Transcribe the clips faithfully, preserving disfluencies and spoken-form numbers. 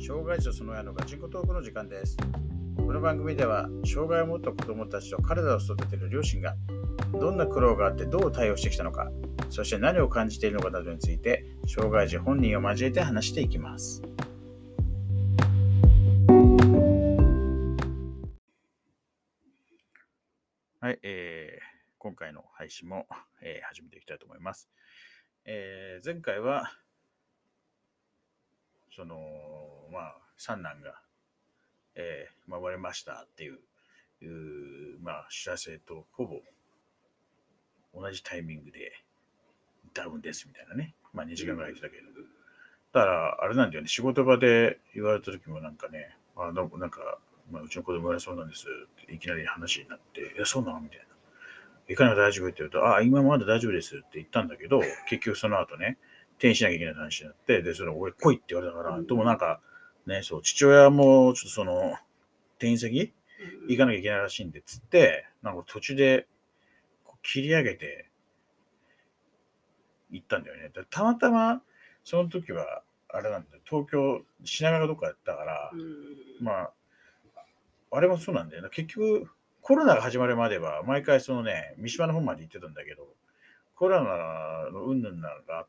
障害児とその親のガチンコトークの時間です。この番組では、障害を持った子どもたちと彼らを育てる両親が、どんな苦労があってどう対応してきたのか、そして何を感じているのかなどについて、障害児本人を交えて話していきます。はい、えー、今回の配信も、えー、始めていきたいと思います。えー、前回は、その、まあ、三男が、えー、生まれましたっていう、いうまあ、知らせとほぼ同じタイミングでダウンですみたいなね。まあ、にじかんぐらい言ってたけど。だから、あれなんだよね、仕事場で言われた時もなんかね、あなんか、なんかまあ、うちの子供生まれそうなんですっていきなり話になって、いや、そうなのみたいな。いかにも大丈夫って言うと、あ、今まだ大丈夫ですって言ったんだけど、結局その後ね、転院しなきゃいけない話になって、で、それ俺来いって言われたから、でもなんか、ね、そう、父親もちょっとその、転院先行かなきゃいけないらしいんで、つって、なんか途中で切り上げて行ったんだよね。たまたま、その時は、あれなんだよ、東京、品川がどっかやったから、まあ、あれもそうなんだよな。結局、コロナが始まるまでは、毎回そのね、三島の方まで行ってたんだけど、コロナのうんぬんなのがあって、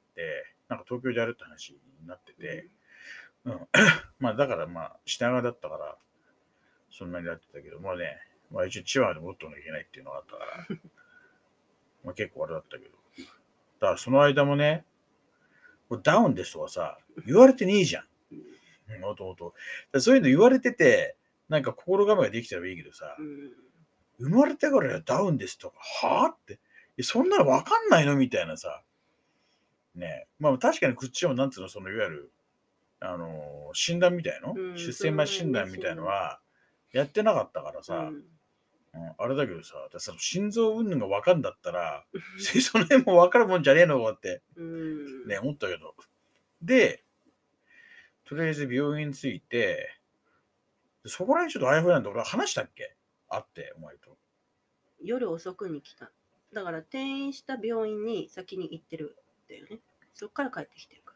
なんか東京でやるって話になってて、うん。まあだからまあ、品川だったから、そんなにやってたけど、まあね、まあ一応千葉でも打っとかなきゃいけないっていうのがあったから、まあ結構あれだったけど。だからその間もね、ダウンですとかさ、言われてねえじゃん。もともと。そういうの言われてて、なんか心構えができたらいいけどさ、生まれてからダウンですとか、はぁって、そんなのわかんないのみたいなさ。ね。まあ確かにこっちもなんつうの、そのいわゆる、あのー、診断みたいの、うん、出生前診断みたいのは、やってなかったからさ、うんうん、あれだけどさ、その心臓云々がわかんだったら、その辺もわかるもんじゃねえのかって、ね、思ったけど。で、とりあえず病院着いて、そこら辺ちょっとあやふやなんで俺は話したっけ会って、お前と。 夜遅くに来た。だから転院した病院に先に行ってるんだよね。そっから帰ってきてるから。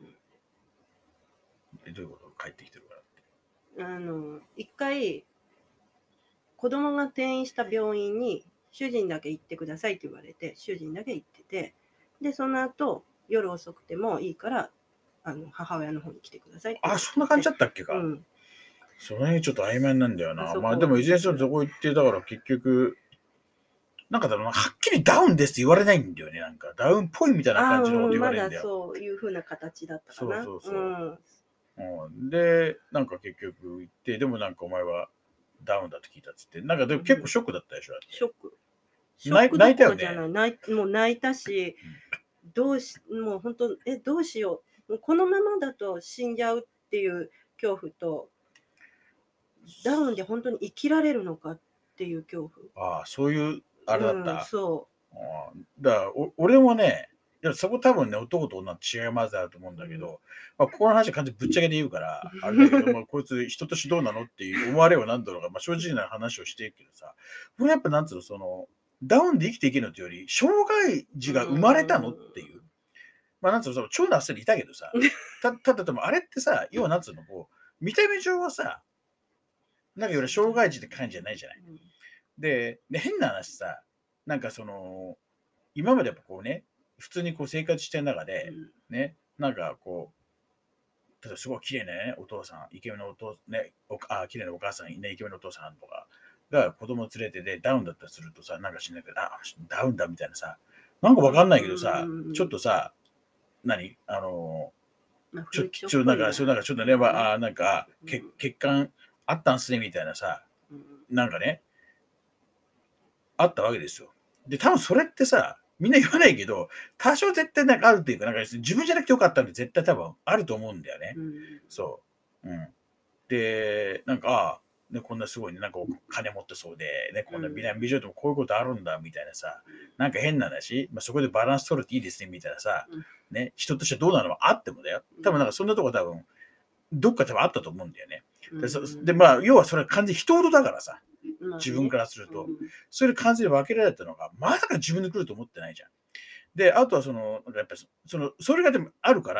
うん、え、どういうこと帰ってきてるからって。あの、一回、子供が転院した病院に主人だけ行ってくださいって言われて、主人だけ行ってて、で、その後、夜遅くてもいいから、あの母親の方に来てくださいって言われてて。 あ、そんな感じだったっけか。うん。その辺ちょっと曖昧なんだよな。まあでもいずれにしろどこ行って、だから結局、なんかだろうな、はっきりダウンですって言われないんだよね。なんかダウンっぽいみたいな感じのこと言われるんだよ。 まだそういう風な形だったかな。 そうそうそう。うんうん、で、なんか結局行って、でもなんかお前はダウンだって聞いたっつって、なんかでも結構ショックだったでしょ。だってショック。ショックどころじゃない。 泣いたよね、泣いもう泣いたし、うん、どうし、もう本当、え、どうしよう。もうこのままだと死んじゃうっていう恐怖と、ダウンで本当に生きられるのかっていう恐怖。ああ、そういう、あれだった。うん、 そう。 あだからお、俺もね、いやそこ多分ね、男と女の違いまずあると思うんだけど、うん、まあ、ここの話は完全にぶっちゃけで言うから、あれだけど、まあ、こいつ人としてどうなのっていう思われは何だろうが、まあ、正直な話をしていくけどさ、これやっぱなんつうの、その、ダウンで生きていけるのというより、障害児が生まれたのっていう。まあ、なんつうの、その超なっさりいたけどさ、たただでもあれってさ、要はなんつうの、こう、見た目上はさ、なんかより障害児って感じじゃないじゃない。で、で変な話さ、なんかその、今までやっぱこうね、普通にこう生活してる中で、ね、なんかこう、例えばすごい綺麗なね、お父さん、イケメンのお父ね、おあ、綺麗なお母さん、ね、イケメンのお父さんとかが子供連れてでダウンだったりするとさ、なんかしないけど、あ、ダウンだみたいなさ、なんかわかんないけどさ、ちょっとさ、何あの、ちょ、ちょ、なんか、そうなんかちょっとね、まあ、なんか、血血管あったんすね、みたいなさ、なんかね、あったわけですよ。で、多分それってさ、みんな言わないけど、多少絶対なんかあるっていうか、なんか自分じゃなくてよかったんで絶対多分あると思うんだよね。うん、そう。うん。で、なんか、ああ、ね、こんなすごいね、なんか金持ってそうで、ね、こんな美男美女でもこういうことあるんだ、みたいなさ、なんか変な話、まあ、そこでバランス取るっていいですね、みたいなさ、ね、人としてどうなのはあってもだよ。多分なんかそんなとこ多分、どっか多分あったと思うんだよね。で、でまあ、要はそれは完全に人事だからさ。自分からすると、それで完全に分けられたのが、まさか自分で来ると思ってないじゃん。で、あとはその、やっぱりその、それがでもあるから、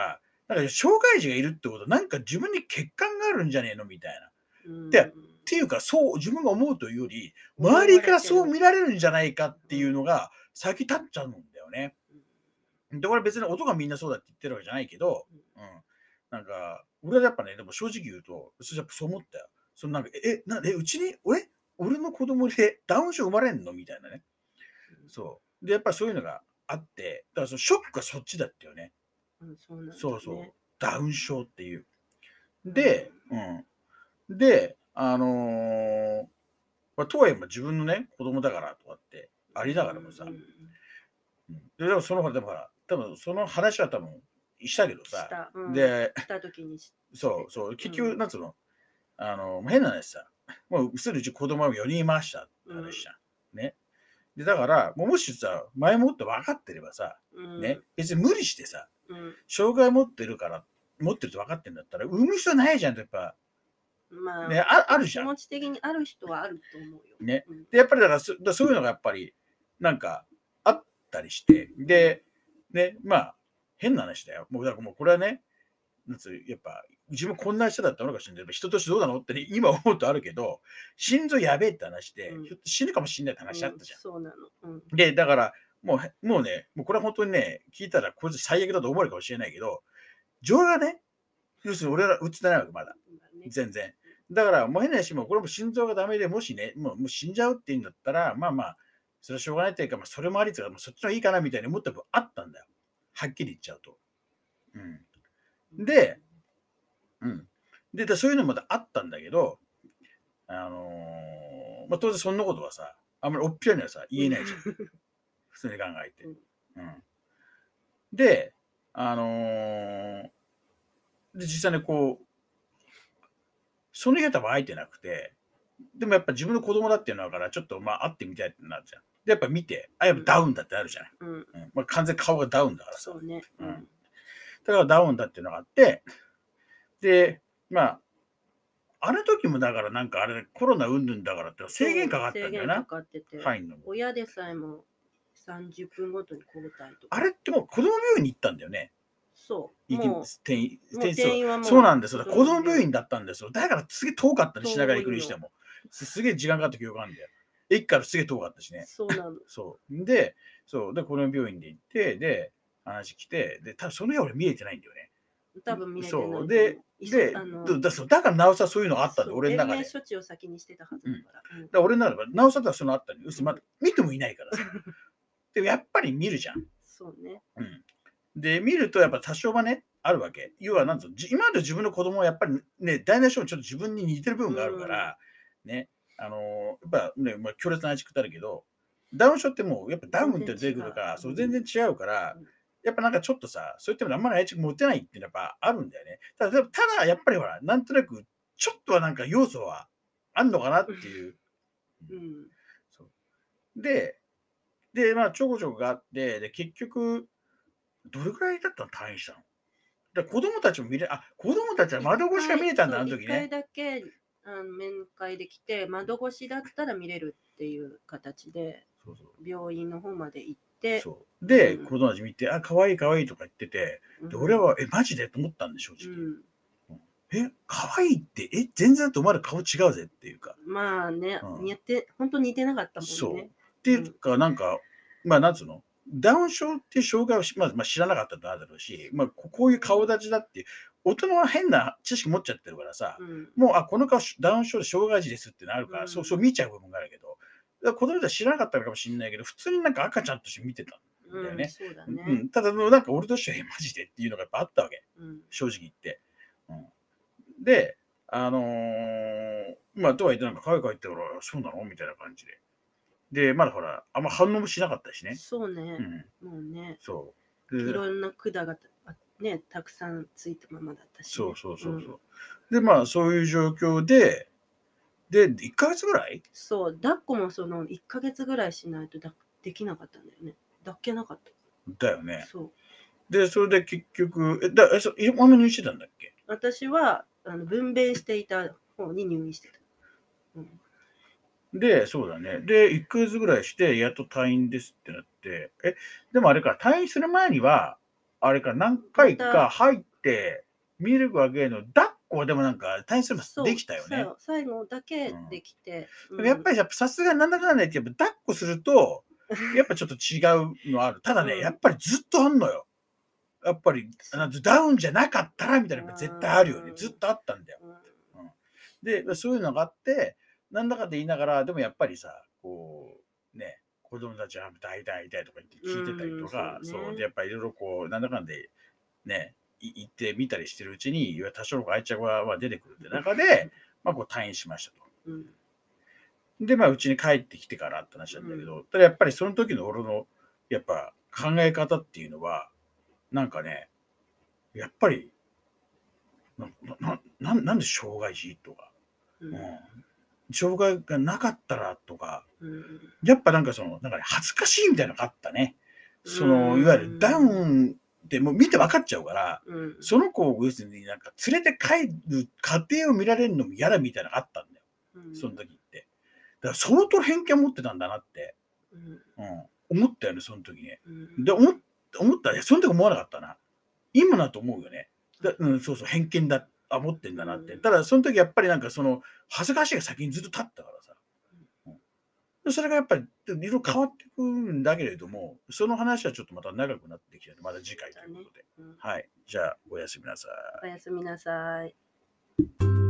だから障害児がいるってことは、なんか自分に欠陥があるんじゃねえのみたいな。 うんで、っていうか、そう自分が思うというより、周りからそう見られるんじゃないかっていうのが先立っちゃうんだよね。だから別に音がみんなそうだって言ってるわけじゃないけど、うん。なんか、俺はやっぱね、でも正直言うと、そやっぱそう思ったよ。そのなんか、え、なえ、うちに、俺俺の子供でダウン症生まれんのみたいなね。そう。で、やっぱりそういうのがあって、だからそのショックはそっちだったよね。 うん、そうなんだね。 そうそう。ダウン症っていう。で、うん。で、あのーまあ、とはいえば自分のね、子供だからとかってありながらもさ、 うんうんででもそのほら、でもほら、多分その話は多分したけどしさ、 た、うん、 で、 した時にしそうそう、結局、 うんなんつうの、あの、変な話さ、もううするうち子供がよにんいましたって話じゃん。ね。で、だから、もうもしさ、前もって分かってればさ、 うんね、別に無理してさ、 うん障害持ってるから、持ってると分かってんだったら、産む必要ないじゃんってやっぱ、 まあ、 ね、ああるじゃん。 気持ち的にある人はあると思うよ。 ねうんで、やっぱりだからそ、だからそういうのがやっぱり、なんか、あったりして、で、ね、まあ、変な話だよ。もう、だからもうこれはね、なんつう、やっぱ、自分こんな人だったのかもしれない。人としてどうなのって、ね、今思うとあるけど、心臓やべえって話で、 うんひょっと死ぬかもしれないって話あったじゃん。 うんそうなの。うんで、だから、もうへ、もうね、もうこれは本当にね、聞いたらこいつ最悪だと思われるかもしれないけど、情がね、要するに俺ら映ってないわけ、まだ。 ね全然。だから、もう変な話、もうこれも心臓がダメで、もしね、もうもう死んじゃうって言うんだったら、まあまあ、それはしょうがないっていうか、まあ、それもありつが、もうそっちの方がいいかなみたいに思った部分あったんだよ。はっきり言っちゃうと。うん。で、うん。で、でそういうのまだあったんだけど、あのーまあ、当然そんなことはさ、あんまりおっぴらにはさ、言えないじゃん。普通に考えて。 うんうん。で、あのーで、実際にこう、その日は多分会えてなくて、でもやっぱ自分の子供だっていうのだから、ちょっとまあ会ってみたいってなるじゃん。で、やっぱ見て、あ、やっぱダウンだってなるじゃない。 うんうんまあ、完全に顔がダウンだからさ。 そうね。 ううんんだからダウンだっていうのがあって、で、まあ、あの時もだからなんかあれ、コロナうんぬんだからって制限かかったんだよ制限なか。かってて、 入んのも。 親でさえもさんじゅっぷんごとに交代とか。 あれってもう子供病院に行ったんだよね。 そう。 行きもう転院もう転転院はもうそうなんですよ。 子子供病院供病院だったんですよ。だからすげえ遠かったね、品川行くにしても。すすげえ時間かかった記憶があるんだよ。駅からすげえ遠かったしね。 そうなの。 そう。で、そう。で、子供病院で行って、で、話来て、で、多分その日は俺見えてないんだよね。 多分見れてないと思そう。で、で、 あのだだそうだからなおさらそういうのがあったんだ、 そう俺の中で。 延命処置を先にしてたはずだから。うんだから俺の中ではなおさらそのあったのよ。要するにまだ見てもいないからさ。でもやっぱり見るじゃん。 そうね。 うん。で、見るとやっぱ多少はね、あるわけ。要はなんつうの、じ今まで自分の子供はやっぱりね、大なり小もちょっと自分に似てる部分があるから、ね、あのーやっぱね、まあ、強烈な愛知くたるけど、ダウン症ってもうやっぱダウンって出てくるから、そう全然違うからうん、 やっぱなんかちょっとさ、そういった意味であんまり愛知持てないっていうのはやっぱあるんだよね。ただ、ただやっぱりほら、なんとなく、ちょっとはなんか要素はあんのかなっていう。 うん。 そうで、で、まあ、ちょこちょこがあって、で、結局、どれくらいだったの退院したのだから子供たちも見れ、あ、子供たちは窓越しが見れたんだ、あの時一回ね。 だけあの面会できて、窓越しだったら見れるっていう形で、 そうそう病院の方まで行って、 そうで、 うん子供たち見て、あ、可愛い可愛いとか言ってて、で、俺は、え、マジでと思ったんで、正う直。 ん、 え、可愛いって、え、全然とお前ら顔違うぜっていうか。 まあね、 うん似って本当似てなかったもんね。 そう。っていうか、なんか、まあ、なんつうのダウン症っていう障害をしまず、まあ、知らなかったってのあるだろうし、まあ、ここういう顔立ちだっていう、大人は変な知識持っちゃってるからさ、 うんもう、あ、この顔、ダウン症で障害児ですってなるから、 うんそう、そう見ちゃう部分があるけど、だから子供たちは知らなかったのかもしれないけど、普通になんか赤ちゃんとして見てたんだよね。 うん、そうだうんね。 ただ、もうなんか俺としては、えマジでっていうのがやっぱあったわけ。 うん正直言って。うん、で、あのーまあ、とはいってなんか海外行ってから、そうなのみたいな感じで。で、まだほら、あんま反応もしなかったしね。 そうねう、ん、 もうね、 そう。 いでろんな管があね、たくさんついたままだったし、ね。 そうそうそうそう。で、まあ、そういう状況で、で、いっかげつぐらいそう、抱っこもそのいっかげつぐらいしないとだできなかったんだよね。抱けなかった。 だよね。 そう。 で、それで結局、え、だえそいあんま入院してたんだっけ私はあの分娩していた方に入院してた。うんで、そうだね。で、いっかげつぐらいして、やっと退院ですってなって、え、でもあれか、退院する前には、あれか、何回か入っってミルクあげるの、抱っこはでもなんか大変すればそうできたよね。 そう最後だけうんできて、 でもやっぱりやっぱさすがになんだかんだ言ってやっぱ抱っこすると、やっぱちょっと違うのある。ただね、 うんやっぱりずっとあんのよ。やっぱり、なんてダウンじゃなかったらみたいなのが絶対あるよね。 うんずっとあったんだよ。 うんうんで、そういうのがあって、なんだかって言いながら、でもやっぱりさ、こう、ね、子供たちは大体会いたいとか言って聞いてたりとか、 うんそうねそう、で、やっぱりいろいろこう、なんだかんで、ね、い行ってみたりしてるうちに、いわゆる多少の愛着がまあ出てくるって中で、まあこう退院しましたと。 うんで、まあうちに帰ってきてからって話なんだけど、ただやっぱりその時の俺の、やっぱ考え方っていうのは、なんかね、やっぱり、な、な、ななんで障害児とか、 うんうん、障害がなかったらとか、 うんやっぱなんかその、なんかね、恥ずかしいみたいなのがあったね。その、 うんいわゆるダウンってもう見て分かっちゃうから、 うんその子を要するになんか連れて帰る過程を見られるのも嫌だみたいなのがあったんだよ。 うんその時って。だから相当偏見持ってたんだなって、 うんうん、思ったよね、その時ね。 うんで、思っ思ったいや、その時思わなかったな。今だと思うよね。だうん、そうそう、偏見だ、あ、持ってんだなって。 うんただ、その時やっぱりなんかその、恥ずかしいが先にずっと立ったからさ。うん、それがやっぱり、いろいろ変わってくんだけれども、その話はちょっとまた長くなってきて、また次回ということで。 うんはい。じゃあ、おやすみなさい。 おやすみなさい。